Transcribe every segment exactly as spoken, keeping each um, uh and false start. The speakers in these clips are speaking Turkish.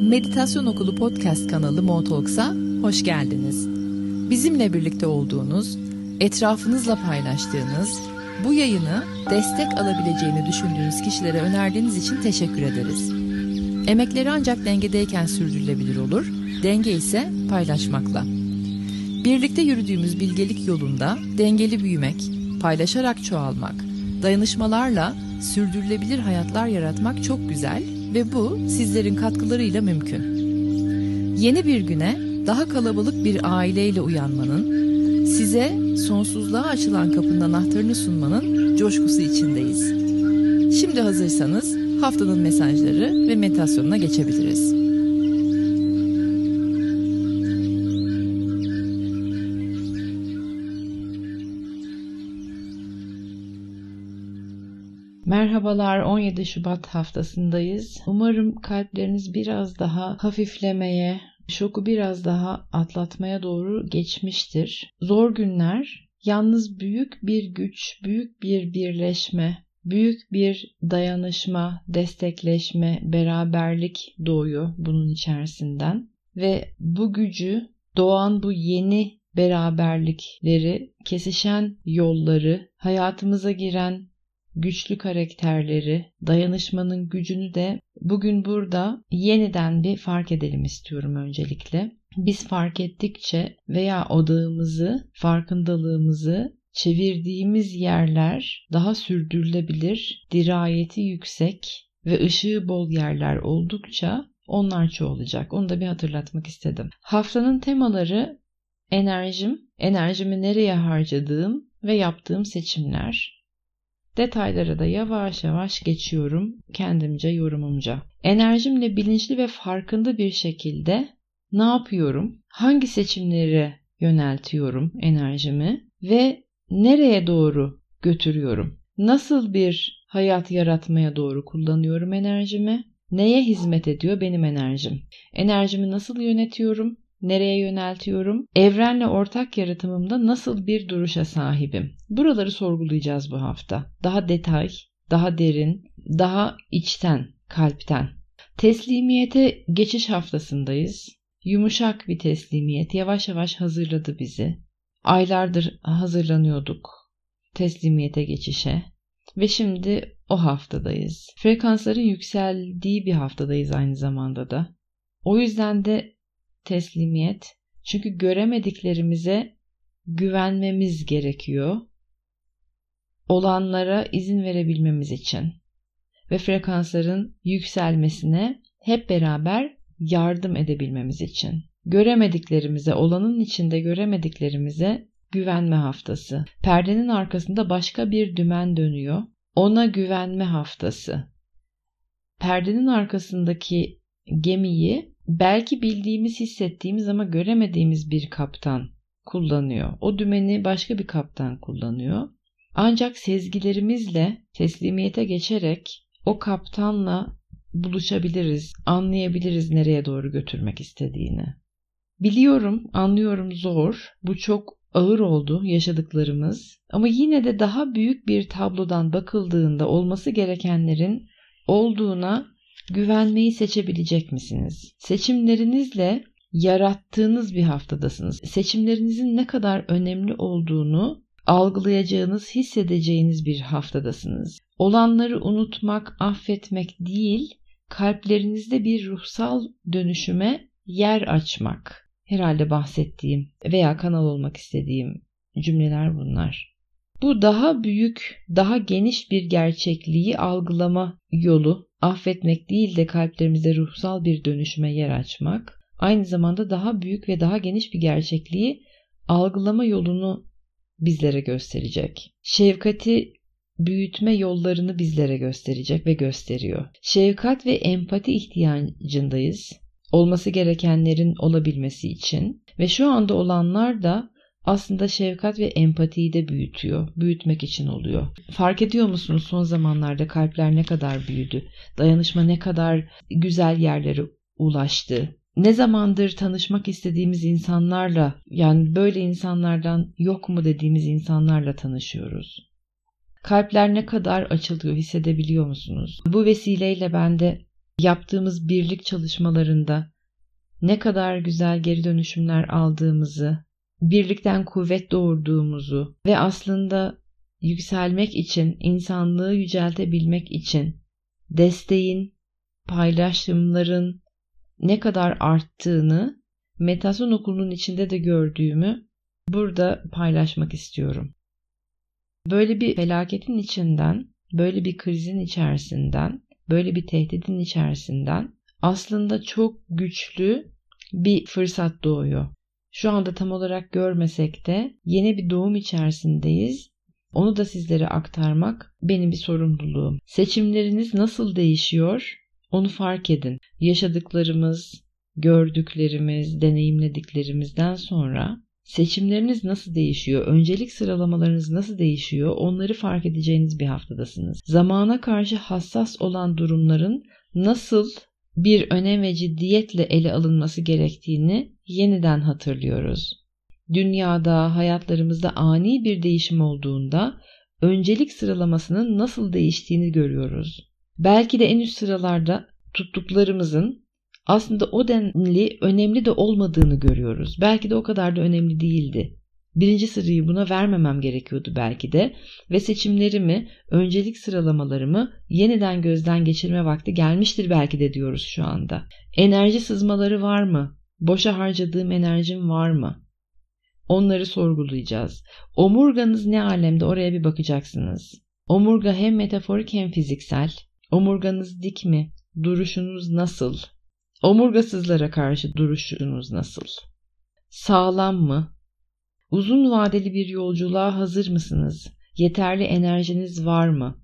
Meditasyon Okulu Podcast kanalı Motalks'a hoş geldiniz. Bizimle birlikte olduğunuz, etrafınızla paylaştığınız, bu yayını destek alabileceğini düşündüğünüz kişilere önerdiğiniz için teşekkür ederiz. Emekleri ancak dengedeyken sürdürülebilir olur, denge ise paylaşmakla. Birlikte yürüdüğümüz bilgelik yolunda dengeli büyümek, paylaşarak çoğalmak, dayanışmalarla sürdürülebilir hayatlar yaratmak çok güzel ve bu sizlerin katkılarıyla mümkün. Yeni bir güne daha kalabalık bir aileyle uyanmanın, size sonsuzluğa açılan kapının anahtarını sunmanın coşkusu içindeyiz. Şimdi hazırsanız haftanın mesajları ve meditasyonuna geçebiliriz. Merhabalar, on yedi Şubat haftasındayız. Umarım kalpleriniz biraz daha hafiflemeye, şoku biraz daha atlatmaya doğru geçmiştir. Zor günler, yalnız büyük bir güç, büyük bir birleşme, büyük bir dayanışma, destekleşme, beraberlik doğuyor bunun içerisinden. Ve bu gücü, doğan bu yeni beraberlikleri, kesişen yolları, hayatımıza giren güçlü karakterleri, dayanışmanın gücünü de bugün burada yeniden bir fark edelim istiyorum öncelikle. Biz fark ettikçe veya odağımızı, farkındalığımızı çevirdiğimiz yerler daha sürdürülebilir, dirayeti yüksek ve ışığı bol yerler oldukça onlar çoğalacak. Onu da bir hatırlatmak istedim. Haftanın temaları enerjim, enerjimi nereye harcadığım ve yaptığım seçimler. Detaylara da yavaş yavaş geçiyorum kendimce, yorumumca. Enerjimle bilinçli ve farkında bir şekilde ne yapıyorum? Hangi seçimlere yöneltiyorum enerjimi ve nereye doğru götürüyorum? Nasıl bir hayat yaratmaya doğru kullanıyorum enerjimi? Neye hizmet ediyor benim enerjim? Enerjimi nasıl yönetiyorum? Nereye yöneltiyorum? Evrenle ortak yaratımımda nasıl bir duruşa sahibim? Buraları sorgulayacağız bu hafta. Daha detay, daha derin, daha içten, kalpten. Teslimiyete geçiş haftasındayız. Yumuşak bir teslimiyet yavaş yavaş hazırladı bizi. Aylardır hazırlanıyorduk teslimiyete geçişe ve şimdi o haftadayız. Frekansların yükseldiği bir haftadayız aynı zamanda da. O yüzden de teslimiyet. Çünkü göremediklerimize güvenmemiz gerekiyor. Olanlara izin verebilmemiz için. Ve frekansların yükselmesine hep beraber yardım edebilmemiz için. Göremediklerimize, olanın içinde göremediklerimize güvenme haftası. Perdenin arkasında başka bir dümen dönüyor. Ona güvenme haftası. Perdenin arkasındaki gemiyi belki bildiğimiz, hissettiğimiz ama göremediğimiz bir kaptan kullanıyor. O dümeni başka bir kaptan kullanıyor. Ancak sezgilerimizle teslimiyete geçerek o kaptanla buluşabiliriz, anlayabiliriz nereye doğru götürmek istediğini. Biliyorum, anlıyorum zor. Bu çok ağır oldu yaşadıklarımız. Ama yine de daha büyük bir tablodan bakıldığında olması gerekenlerin olduğuna güvenmeyi seçebilecek misiniz? Seçimlerinizle yarattığınız bir haftadasınız. Seçimlerinizin ne kadar önemli olduğunu algılayacağınız, hissedeceğiniz bir haftadasınız. Olanları unutmak, affetmek değil, kalplerinizde bir ruhsal dönüşüme yer açmak. Herhalde bahsettiğim veya kanal olmak istediğim cümleler bunlar. Bu daha büyük, daha geniş bir gerçekliği algılama yolu. Affetmek değil de kalplerimizde ruhsal bir dönüşüme yer açmak. Aynı zamanda daha büyük ve daha geniş bir gerçekliği algılama yolunu bizlere gösterecek. Şefkati büyütme yollarını bizlere gösterecek ve gösteriyor. Şefkat ve empati ihtiyacındayız. Olması gerekenlerin olabilmesi için. Ve şu anda olanlar da aslında şefkat ve empatiyi de büyütüyor. Büyütmek için oluyor. Fark ediyor musunuz son zamanlarda kalpler ne kadar büyüdü? Dayanışma ne kadar güzel yerlere ulaştı? Ne zamandır tanışmak istediğimiz insanlarla, yani böyle insanlardan yok mu dediğimiz insanlarla tanışıyoruz. Kalpler ne kadar açılıyor, hissedebiliyor musunuz? Bu vesileyle ben de yaptığımız birlik çalışmalarında ne kadar güzel geri dönüşümler aldığımızı, birlikten kuvvet doğurduğumuzu ve aslında yükselmek için, insanlığı yüceltebilmek için desteğin, paylaşımların ne kadar arttığını meditasyon okulunun içinde de gördüğümü burada paylaşmak istiyorum. Böyle bir felaketin içinden, böyle bir krizin içerisinden, böyle bir tehdidin içerisinden aslında çok güçlü bir fırsat doğuyor. Şu anda tam olarak görmesek de yeni bir doğum içerisindeyiz. Onu da sizlere aktarmak benim bir sorumluluğum. Seçimleriniz nasıl değişiyor? Onu fark edin. Yaşadıklarımız, gördüklerimiz, deneyimlediklerimizden sonra seçimleriniz nasıl değişiyor? Öncelik sıralamalarınız nasıl değişiyor? Onları fark edeceğiniz bir haftadasınız. Zamana karşı hassas olan durumların nasıl bir önem ve ciddiyetle ele alınması gerektiğini yeniden hatırlıyoruz. Dünyada, hayatlarımızda ani bir değişim olduğunda öncelik sıralamasının nasıl değiştiğini görüyoruz. Belki de en üst sıralarda tuttuklarımızın aslında o denli önemli de olmadığını görüyoruz. Belki de o kadar da önemli değildi. Birinci sırayı buna vermemem gerekiyordu belki de ve seçimlerimi, öncelik sıralamalarımı yeniden gözden geçirme vakti gelmiştir belki de diyoruz şu anda. Enerji sızmaları var mı? Boşa harcadığım enerjim var mı? Onları sorgulayacağız. Omurganız ne alemde, oraya bir bakacaksınız. Omurga hem metaforik hem fiziksel. Omurganız dik mi? Duruşunuz nasıl? Omurgasızlara karşı duruşunuz nasıl? Sağlam mı? Uzun vadeli bir yolculuğa hazır mısınız? Yeterli enerjiniz var mı?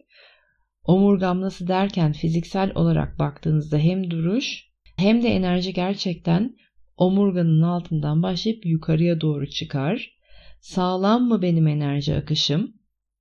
Omurgam nasıl derken fiziksel olarak baktığınızda hem duruş hem de enerji gerçekten omurganın altından başlayıp yukarıya doğru çıkar. Sağlam mı benim enerji akışım?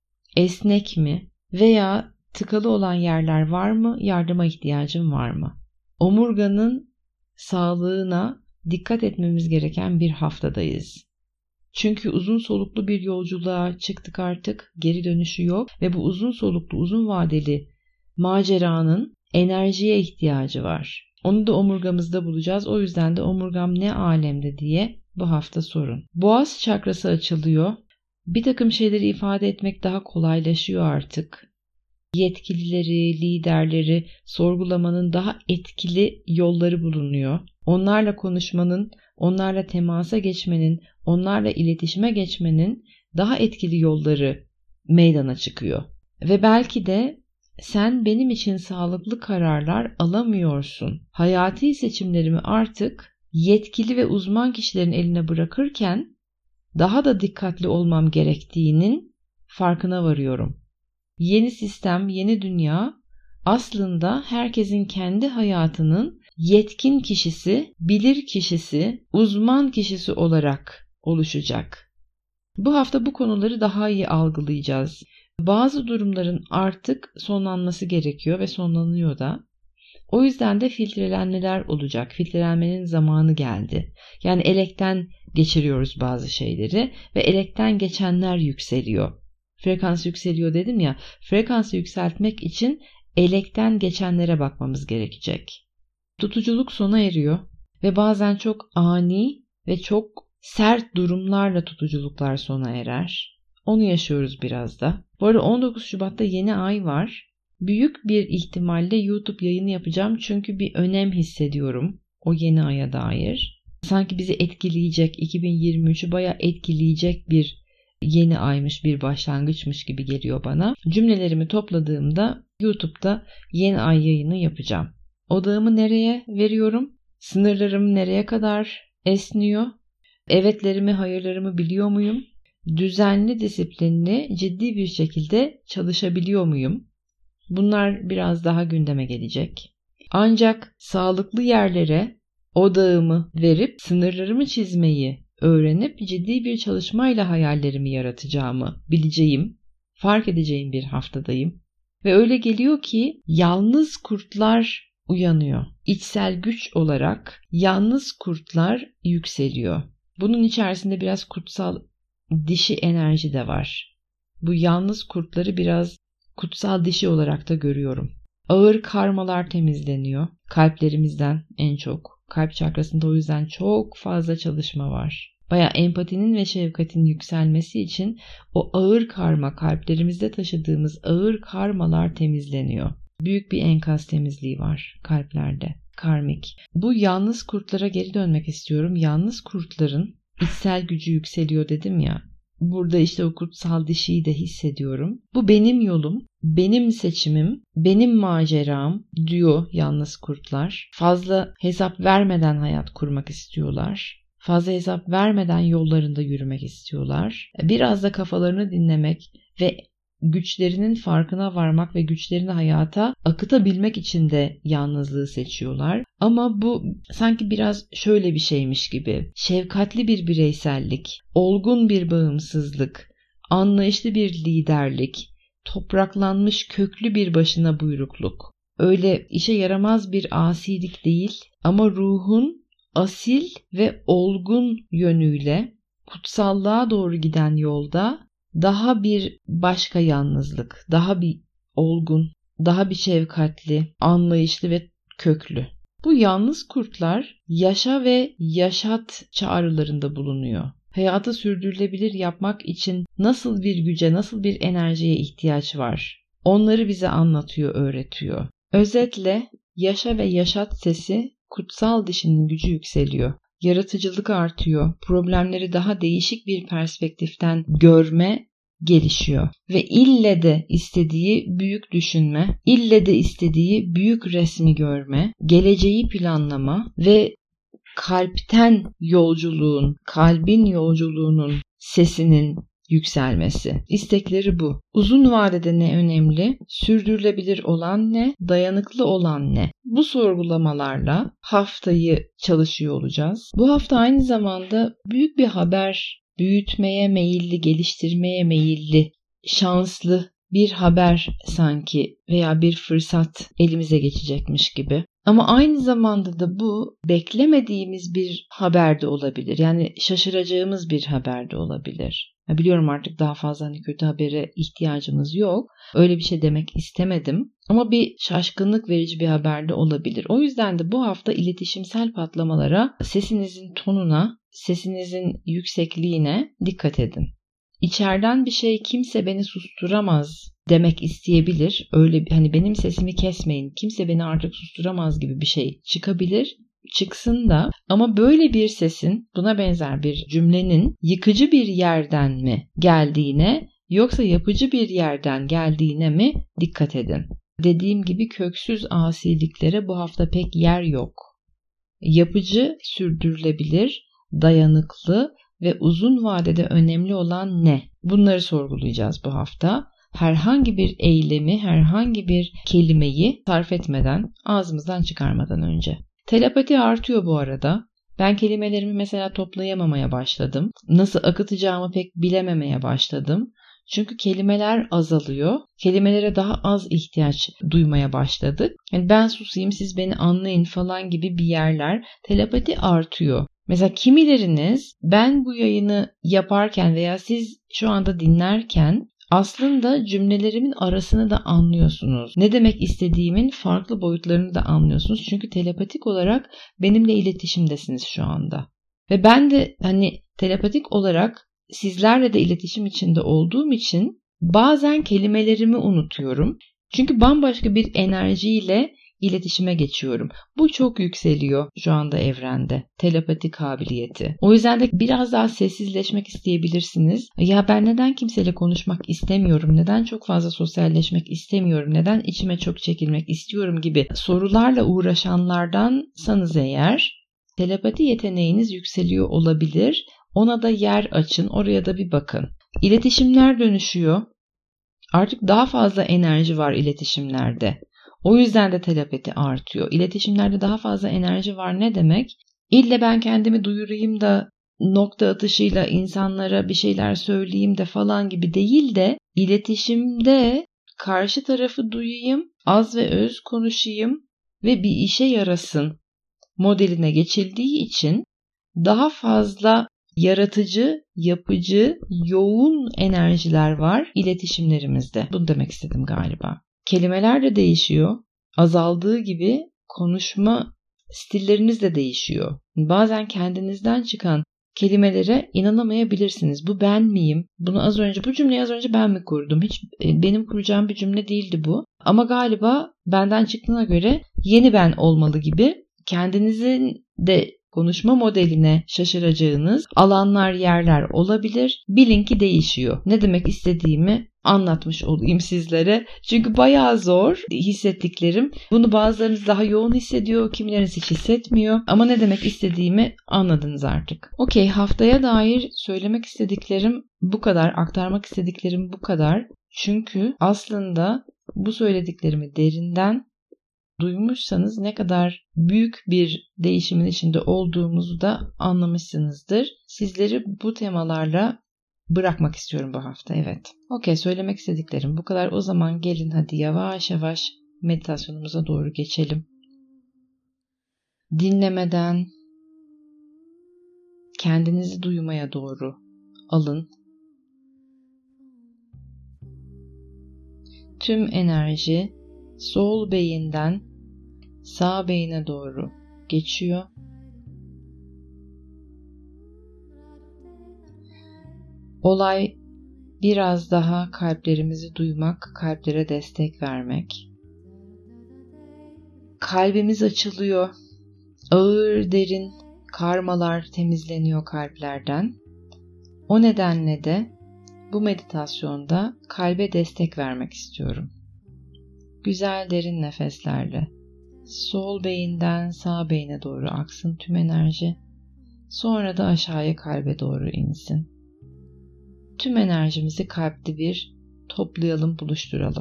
Esnek mi? Veya tıkalı olan yerler var mı? Yardıma ihtiyacım var mı? Omurganın sağlığına dikkat etmemiz gereken bir haftadayız. Çünkü uzun soluklu bir yolculuğa çıktık artık, geri dönüşü yok ve bu uzun soluklu, uzun vadeli maceranın enerjiye ihtiyacı var. Onu da omurgamızda bulacağız. O yüzden de omurgam ne alemde diye bu hafta sorun. Boğaz çakrası açılıyor. Bir takım şeyleri ifade etmek daha kolaylaşıyor artık. Yetkilileri, liderleri sorgulamanın daha etkili yolları bulunuyor. Onlarla konuşmanın, onlarla temasa geçmenin, onlarla iletişime geçmenin daha etkili yolları meydana çıkıyor. Ve belki de sen benim için sağlıklı kararlar alamıyorsun. Hayati seçimlerimi artık yetkili ve uzman kişilerin eline bırakırken daha da dikkatli olmam gerektiğinin farkına varıyorum. Yeni sistem, yeni dünya aslında herkesin kendi hayatının yetkin kişisi, bilir kişisi, uzman kişisi olarak oluşacak. Bu hafta bu konuları daha iyi algılayacağız. Bazı durumların artık sonlanması gerekiyor ve sonlanıyor da. O yüzden de filtrelenmeler olacak. Filtrelenmenin zamanı geldi. Yani elekten geçiriyoruz bazı şeyleri ve elekten geçenler yükseliyor. Frekans yükseliyor dedim ya, frekansı yükseltmek için elekten geçenlere bakmamız gerekecek. Tutuculuk sona eriyor ve bazen çok ani ve çok sert durumlarla tutuculuklar sona erer. Onu yaşıyoruz biraz da. Bu arada on dokuz Şubat'ta yeni ay var. Büyük bir ihtimalle YouTube yayını yapacağım çünkü bir önem hissediyorum o yeni aya dair. Sanki bizi etkileyecek, iki bin yirmi üçü bayağı etkileyecek bir yeni aymış, bir başlangıçmış gibi geliyor bana. Cümlelerimi topladığımda YouTube'da yeni ay yayını yapacağım. Odağımı nereye veriyorum? Sınırlarım nereye kadar esniyor? Evetlerimi, hayırlarımı biliyor muyum? Düzenli, disiplinli, ciddi bir şekilde çalışabiliyor muyum? Bunlar biraz daha gündeme gelecek. Ancak sağlıklı yerlere odağımı verip sınırlarımı çizmeyi öğrenip ciddi bir çalışmayla hayallerimi yaratacağımı bileceğim, fark edeceğim bir haftadayım. Ve öyle geliyor ki yalnız kurtlar uyanıyor. İçsel güç olarak yalnız kurtlar yükseliyor. Bunun içerisinde biraz kutsal dişi enerji de var. Bu yalnız kurtları biraz kutsal dişi olarak da görüyorum. Ağır karmalar temizleniyor. Kalplerimizden en çok. Kalp çakrasında o yüzden çok fazla çalışma var. Bayağı empatinin ve şefkatin yükselmesi için o ağır karma, kalplerimizde taşıdığımız ağır karmalar temizleniyor. Büyük bir enkaz temizliği var kalplerde. Karmik. Bu yalnız kurtlara geri dönmek istiyorum. Yalnız kurtların içsel gücü yükseliyor dedim ya. Burada işte o kutsal dişiyi de hissediyorum. Bu benim yolum, benim seçimim, benim maceram diyor yalnız kurtlar. Fazla hesap vermeden hayat kurmak istiyorlar. Fazla hesap vermeden yollarında yürümek istiyorlar. Biraz da kafalarını dinlemek ve güçlerinin farkına varmak ve güçlerini hayata akıtabilmek için de yalnızlığı seçiyorlar. Ama bu sanki biraz şöyle bir şeymiş gibi. Şefkatli bir bireysellik, olgun bir bağımsızlık, anlayışlı bir liderlik, topraklanmış köklü bir başına buyrukluk. Öyle işe yaramaz bir asilik değil ama ruhun asil ve olgun yönüyle kutsallığa doğru giden yolda daha bir başka yalnızlık, daha bir olgun, daha bir şefkatli, anlayışlı ve köklü. Bu yalnız kurtlar yaşa ve yaşat çağrılarında bulunuyor. Hayatı sürdürülebilir yapmak için nasıl bir güce, nasıl bir enerjiye ihtiyaç var? Onları bize anlatıyor, öğretiyor. Özetle yaşa ve yaşat sesi kutsal dişinin gücü yükseliyor. Yaratıcılık artıyor. Problemleri daha değişik bir perspektiften görme gelişiyor. Ve ille de istediği büyük düşünme, ille de istediği büyük resmi görme, geleceği planlama ve kalpten yolculuğun, kalbin yolculuğunun sesinin yükselmesi. İstekleri bu. Uzun vadede ne önemli? Sürdürülebilir olan ne? Dayanıklı olan ne? Bu sorgulamalarla haftayı çalışıyor olacağız. Bu hafta aynı zamanda büyük bir haber, büyütmeye meyilli, geliştirmeye meyilli, şanslı bir haber sanki veya bir fırsat elimize geçecekmiş gibi. Ama aynı zamanda da bu beklemediğimiz bir haber de olabilir. Yani şaşıracağımız bir haber de olabilir. Ya biliyorum artık daha fazla hani kötü habere ihtiyacımız yok. Öyle bir şey demek istemedim. Ama bir şaşkınlık verici bir haber de olabilir. O yüzden de bu hafta iletişimsel patlamalara, sesinizin tonuna, sesinizin yüksekliğine dikkat edin. İçeriden bir şey kimse beni susturamaz demek isteyebilir. Öyle hani benim sesimi kesmeyin, kimse beni artık susturamaz gibi bir şey çıkabilir. Çıksın da ama böyle bir sesin, buna benzer bir cümlenin yıkıcı bir yerden mi geldiğine yoksa yapıcı bir yerden geldiğine mi dikkat edin. Dediğim gibi köksüz asiliklere bu hafta pek yer yok. Yapıcı, sürdürülebilir, dayanıklı ve uzun vadede önemli olan ne? Bunları sorgulayacağız bu hafta. Herhangi bir eylemi, herhangi bir kelimeyi sarf etmeden, ağzımızdan çıkarmadan önce. Telepati artıyor bu arada. Ben kelimelerimi mesela toplayamamaya başladım. Nasıl akıtacağımı pek bilememeye başladım. Çünkü kelimeler azalıyor. Kelimelere daha az ihtiyaç duymaya başladık. Yani ben susayım, siz beni anlayın falan gibi bir yerler. Telepati artıyor. Mesela kimileriniz ben bu yayını yaparken veya siz şu anda dinlerken aslında cümlelerimin arasını da anlıyorsunuz. Ne demek istediğimin farklı boyutlarını da anlıyorsunuz. Çünkü telepatik olarak benimle iletişimdesiniz şu anda. Ve ben de hani telepatik olarak sizlerle de iletişim içinde olduğum için bazen kelimelerimi unutuyorum. Çünkü bambaşka bir enerjiyle iletişime geçiyorum. Bu çok yükseliyor şu anda evrende. Telepati kabiliyeti. O yüzden de biraz daha sessizleşmek isteyebilirsiniz. Ya ben neden kimseyle konuşmak istemiyorum? Neden çok fazla sosyalleşmek istemiyorum? Neden içime çok çekilmek istiyorum gibi sorularla uğraşanlardansanız eğer telepati yeteneğiniz yükseliyor olabilir. Ona da yer açın. Oraya da bir bakın. İletişimler dönüşüyor. Artık daha fazla enerji var iletişimlerde. O yüzden de telepati artıyor. İletişimlerde daha fazla enerji var ne demek? İlle ben kendimi duyurayım da nokta atışıyla insanlara bir şeyler söyleyeyim de falan gibi değil de iletişimde karşı tarafı duyayım, az ve öz konuşayım ve bir işe yarasın modeline geçildiği için daha fazla yaratıcı, yapıcı, yoğun enerjiler var iletişimlerimizde. Bunu demek istedim galiba. Kelimeler de değişiyor. azaldığı gibi konuşma stilleriniz de değişiyor. Bazen kendinizden çıkan kelimelere inanamayabilirsiniz. Bu ben miyim? Bunu az önce, bu cümleyi az önce ben mi kurdum? Hiç benim kuracağım bir cümle değildi bu. Ama galiba benden çıktığına göre yeni ben olmalı gibi kendinizin de konuşma modeline şaşıracağınız alanlar, yerler olabilir. Bilin ki değişiyor. Ne demek istediğimi anlatmış olayım sizlere. Çünkü bayağı zor hissettiklerim. Bunu bazılarınız daha yoğun hissediyor, kimileriniz hiç hissetmiyor. Ama ne demek istediğimi anladınız artık. Okey, haftaya dair söylemek istediklerim bu kadar, aktarmak istediklerim bu kadar. Çünkü aslında bu söylediklerimi derinden duymuşsanız ne kadar büyük bir değişimin içinde olduğumuzu da anlamışsınızdır. Sizleri bu temalarla bırakmak istiyorum bu hafta, evet. Okey, söylemek istediklerim bu kadar. O zaman gelin hadi yavaş yavaş meditasyonumuza doğru geçelim. Dinlemeden kendinizi duymaya doğru alın. Tüm enerji sol beyinden sağ beyine doğru geçiyor. Olay biraz daha kalplerimizi duymak, kalplere destek vermek. Kalbimiz açılıyor. Ağır, derin karmalar temizleniyor kalplerden. O nedenle de bu meditasyonda kalbe destek vermek istiyorum. Güzel derin nefeslerle sol beyinden sağ beyine doğru aksın tüm enerji. Sonra da aşağıya kalbe doğru insin. Tüm enerjimizi kalpte bir toplayalım, buluşturalım.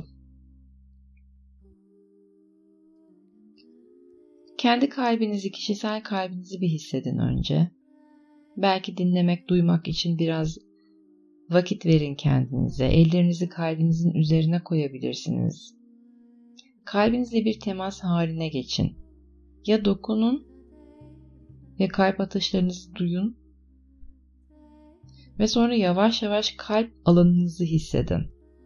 Kendi kalbinizi, kişisel kalbinizi bir hissedin önce. Belki dinlemek, duymak için biraz vakit verin kendinize. Ellerinizi kalbinizin üzerine koyabilirsiniz. Kalbinizle bir temas haline geçin. Ya dokunun ve kalp atışlarınızı duyun ve sonra yavaş yavaş kalp alanınızı hissedin.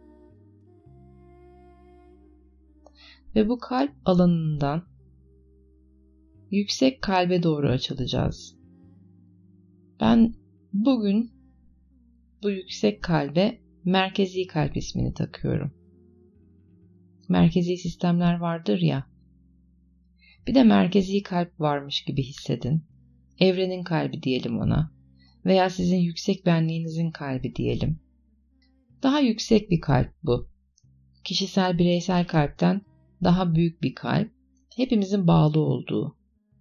Ve bu kalp alanından yüksek kalbe doğru açılacağız. Ben bugün bu yüksek kalbe merkezi kalp ismini takıyorum. Merkezi sistemler vardır ya. Bir de merkezi kalp varmış gibi hissedin. Evrenin kalbi diyelim ona. Veya sizin yüksek benliğinizin kalbi diyelim. Daha yüksek bir kalp bu. Kişisel, bireysel kalpten daha büyük bir kalp. Hepimizin bağlı olduğu.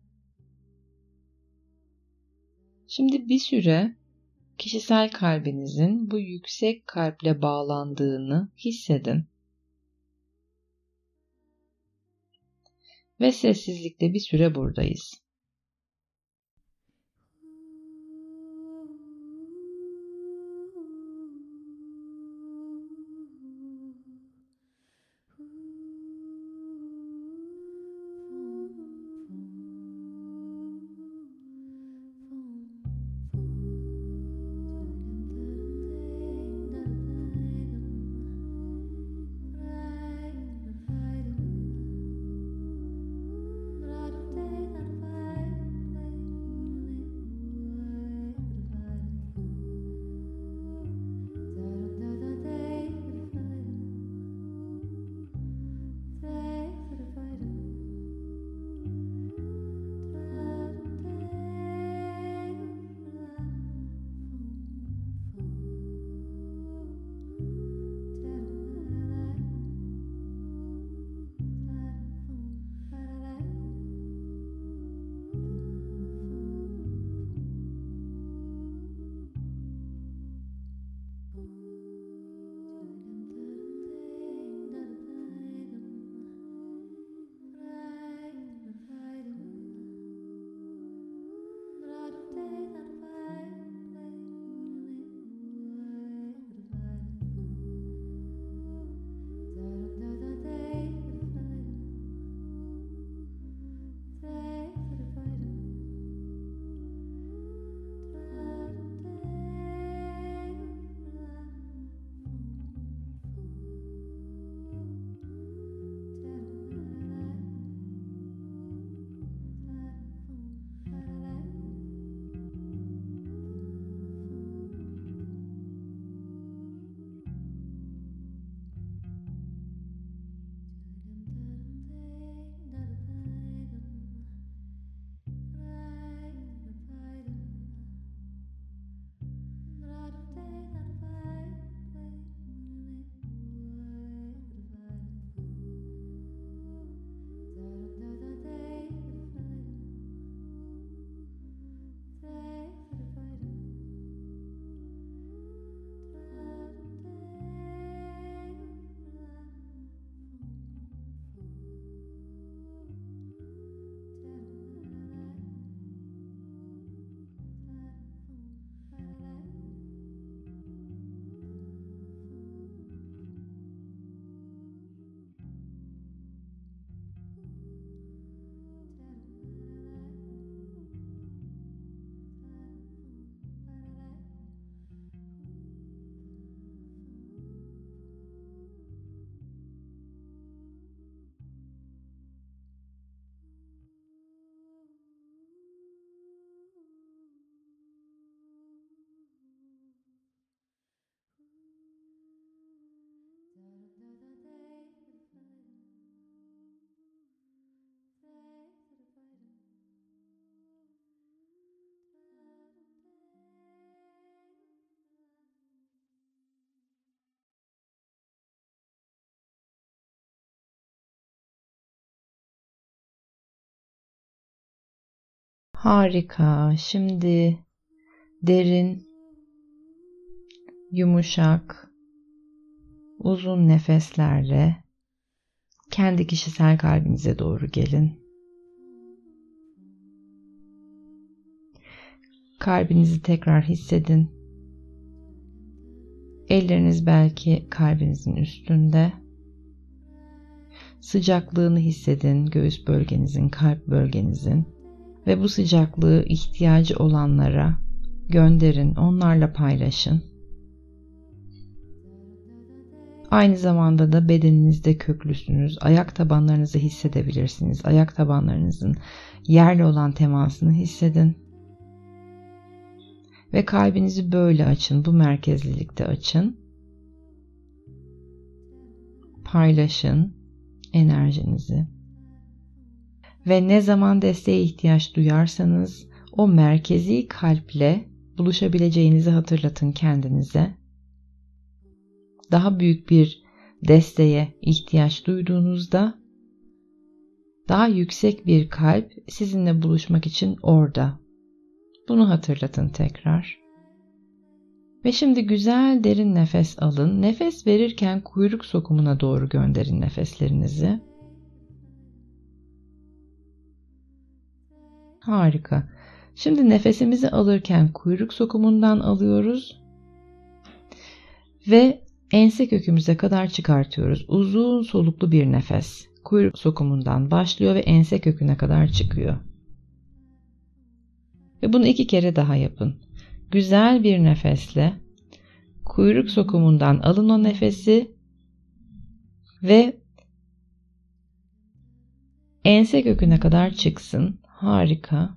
Şimdi bir süre kişisel kalbinizin bu yüksek kalple bağlandığını hissedin. Ve sessizlikte bir süre buradayız. Harika. Şimdi derin, yumuşak, uzun nefeslerle kendi kişisel kalbinize doğru gelin. Kalbinizi tekrar hissedin. Elleriniz belki kalbinizin üstünde. Sıcaklığını hissedin, göğüs bölgenizin, kalp bölgenizin ve bu sıcaklığı ihtiyacı olanlara gönderin, onlarla paylaşın. Aynı zamanda da bedeninizde köklüsünüz. Ayak tabanlarınızı hissedebilirsiniz. Ayak tabanlarınızın yerle olan temasını hissedin. Ve kalbinizi böyle açın. Bu merkezlilikte açın. Paylaşın enerjinizi. Ve ne zaman desteğe ihtiyaç duyarsanız o merkezi kalple buluşabileceğinizi hatırlatın kendinize. Daha büyük bir desteğe ihtiyaç duyduğunuzda daha yüksek bir kalp sizinle buluşmak için orada. Bunu hatırlatın tekrar. Ve şimdi güzel derin nefes alın. Nefes verirken kuyruk sokumuna doğru gönderin nefeslerinizi. Harika. Şimdi nefesimizi alırken kuyruk sokumundan alıyoruz ve ense kökümüze kadar çıkartıyoruz. Uzun soluklu bir nefes. Kuyruk sokumundan başlıyor ve ense köküne kadar çıkıyor. Ve bunu iki kere daha yapın. Güzel bir nefesle kuyruk sokumundan alın o nefesi ve ense köküne kadar çıksın. Harika.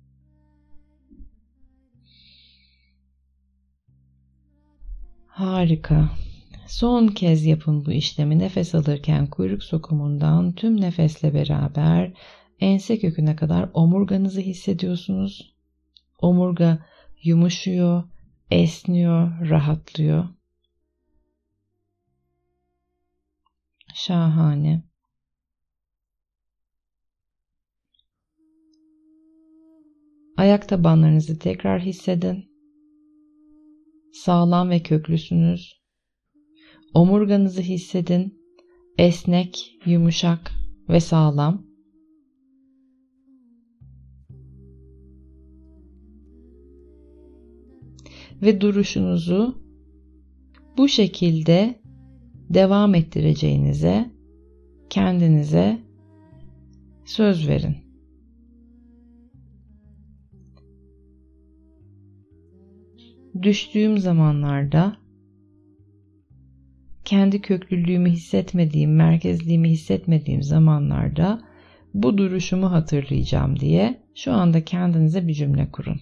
Harika. Son kez yapın bu işlemi. Nefes alırken kuyruk sokumundan tüm nefesle beraber ense köküne kadar omurganızı hissediyorsunuz. Omurga yumuşuyor, esniyor, rahatlıyor. Şahane. Ayak tabanlarınızı tekrar hissedin. Sağlam ve köklüsünüz. Omurganızı hissedin. Esnek, yumuşak ve sağlam. Ve duruşunuzu bu şekilde devam ettireceğinize kendinize söz verin. Düştüğüm zamanlarda kendi köklülüğümü hissetmediğim, merkezliğimi hissetmediğim zamanlarda bu duruşumu hatırlayacağım diye şu anda kendinize bir cümle kurun.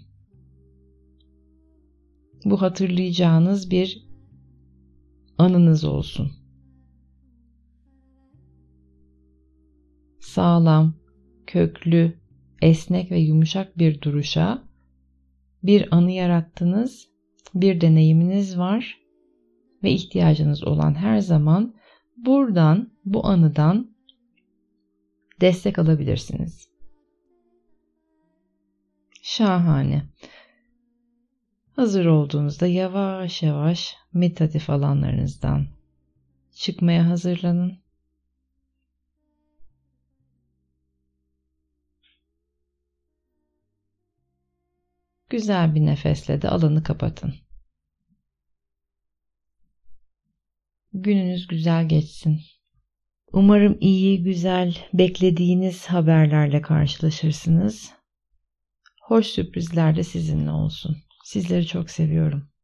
Bu hatırlayacağınız bir anınız olsun. Sağlam, köklü, esnek ve yumuşak bir duruşa bir anı yarattınız, bir deneyiminiz var ve ihtiyacınız olan her zaman buradan, bu anıdan destek alabilirsiniz. Şahane. Hazır olduğunuzda yavaş yavaş meditatif alanlarınızdan çıkmaya hazırlanın. Güzel bir nefesle de alanı kapatın. Gününüz güzel geçsin. Umarım iyi, güzel, beklediğiniz haberlerle karşılaşırsınız. Hoş sürprizler de sizinle olsun. Sizleri çok seviyorum.